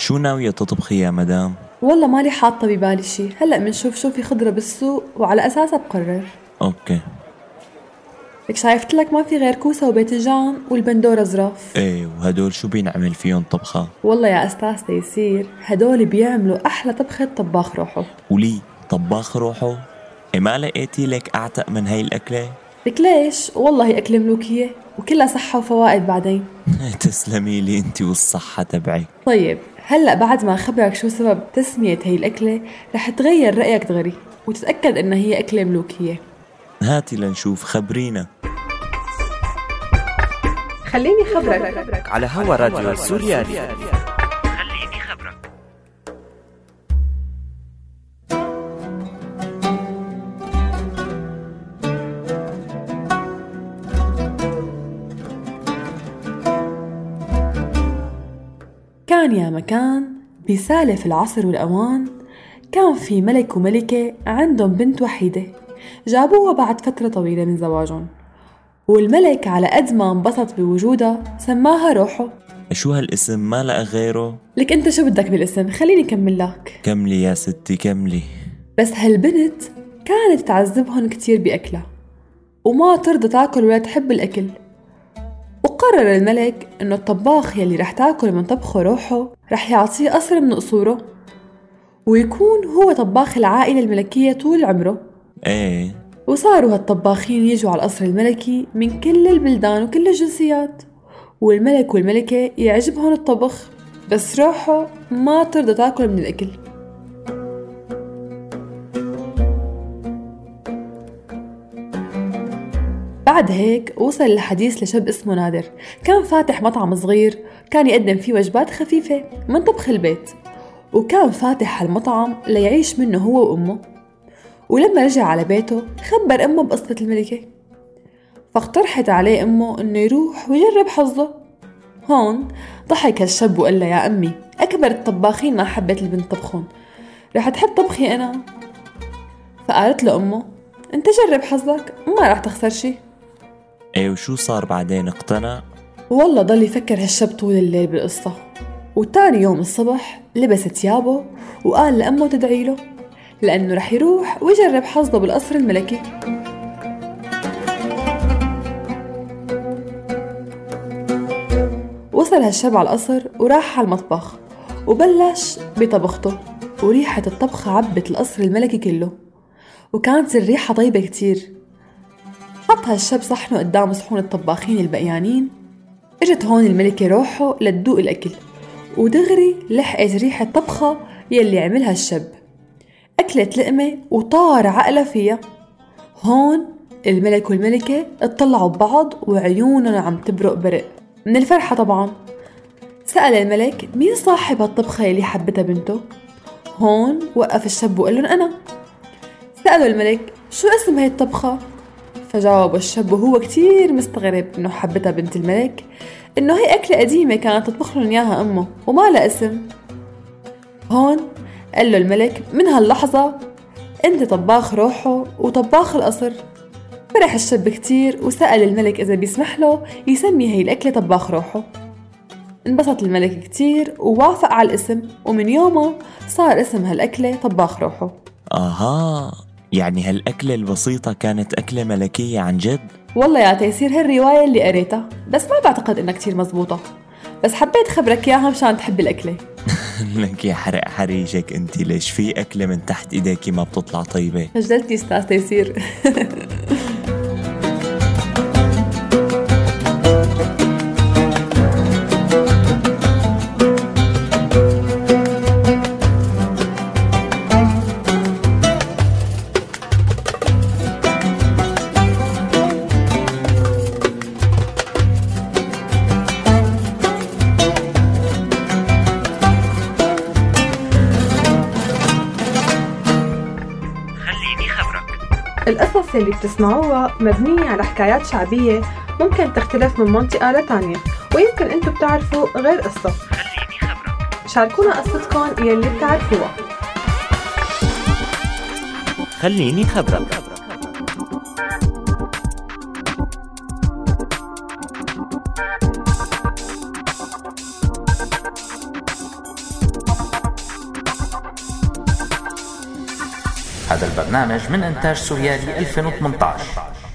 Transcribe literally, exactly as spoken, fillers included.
شو ناوية تطبخي يا مدام؟ والله مالي حاطة ببالي شي، هلأ منشوف شو في خضرة بالسوق وعلى أساسها بقرر. اوكي. لك شايفت لك ما في غير كوسة وباذنجان والبندورة زراف. ايه، وهدول شو بينعمل فيهم طبخة؟ والله يا أستاذ تيسير هدول بيعملوا أحلى طبخة طباخ روحه. ولي طباخ روحه؟ إيه ما لقيتي لك أعتق من هاي الأكلة؟ لك ليش؟ والله أكلة ملوكية وكلها صحة وفوائد بعدين. تسلمي لي انتي والصحة تبعك. طيب هلأ بعد ما خبرك شو سبب تسمية هاي الأكلة رح تغير رأيك دغري وتتأكد إنها هي أكلة ملوكية. هاتي لنشوف، خبرينا. خليني خبرك على هوا راديو سوريالي. خليني خبرك. كان يا مكان بسالف العصر والأوان، كان في ملك وملكة عندهم بنت وحيدة جابوها بعد فترة طويلة من زواجهم، والملك على قد ما انبسط بوجودها سماها روحه. شو هالاسم، ما لقى غيره؟ لك انت شو بدك بالاسم؟ خليني كمل لك. كملي يا ستي كملي. بس هالبنت كانت تعذبهم كتير بأكلها وما ترضى تاكل ولا تحب الأكل، وقرر الملك انه الطباخ يلي رح تاكل من طبخه روحه رح يعطيه قصر من قصوره ويكون هو طباخ العائلة الملكية طول عمره. ايه، وصاروا هالطباخين يجوا على القصر الملكي من كل البلدان وكل الجنسيات، والملك والملكة يعجبهم الطبخ بس روحه ما ترضى تاكل من الأكل. بعد هيك وصل الحديث لشاب اسمه نادر، كان فاتح مطعم صغير كان يقدم فيه وجبات خفيفة من طبخ البيت، وكان فاتح هالمطعم ليعيش منه هو وأمه. ولما رجع على بيته خبر أمه بقصة الملكة، فاقترحت عليه أمه إنه يروح ويجرب حظه. هون ضحك هالشاب وقال لها: يا أمي أكبر الطباخين ما حبت البنت طبخون، رح تحب طبخي أنا؟ فقالت له أمه: أنت جرب حظك ما رح تخسر شي. ايه، وشو صار بعدين، اقتنع؟ والله ضل يفكر هالشاب طول الليل بالقصة، وتاني يوم الصبح لبس ثيابه وقال لأمه تدعي له لأنه رح يروح ويجرب حظه بالقصر الملكي. وصل هالشاب على القصر وراح على المطبخ وبلش بطبخته، وريحة الطبخ عبت القصر الملكي كله وكانت الريحة طيبة كتير. حط هالشاب صحنه قدام صحون الطباخين البقيانين. اجت هون الملكة روحه لتدوق الأكل ودغري لحقت ريحة طبخة يلي عملها الشاب، أكلت لقمة وطار عقلها فيها. هون الملك والملكة اطلعوا ببعض وعيونهم عم تبرق برق من الفرحة طبعا. سأل الملك: مين صاحب هالطبخة يلي حبتها بنته؟ هون وقف الشاب وقال لهم: أنا. سألوا الملك: شو اسم هاي الطبخة؟ فجاوب الشاب وهو كتير مستغرب إنه حبتها بنت الملك إنه هي أكلة قديمة كانت تطبخ لهم إياها أمه وما لها اسم. هون قال له الملك: من هاللحظة أنت طباخ روحه وطباخ القصر. فرح الشاب كتير وسأل الملك إذا بيسمح له يسمي هاي الأكلة طباخ روحه. انبسط الملك كتير ووافق على الاسم، ومن يومه صار اسم هالأكلة طباخ روحه. آها، يعني هالأكلة البسيطة كانت أكلة ملكية عن جد؟ والله يا تيسير هالرواية اللي قريتها بس ما بعتقد إنها كتير مزبوطة، بس حبيت خبرك إياها مشان تحب الأكلة. لك يا حرق حريجك انتي، ليش في أكلة من تحت إيديكي ما بتطلع طيبة؟ خجلتني أستاذ تيسير. القصص اللي بتسمعوها مبنية على حكايات شعبية ممكن تختلف من منطقة لتانية، ويمكن انتو بتعرفوا غير قصة. خليني خبرك. شاركونا قصتكم يلي بتعرفوها. خليني خبرك. هذا البرنامج من إنتاج سوريالي ألفين وثمانية عشر.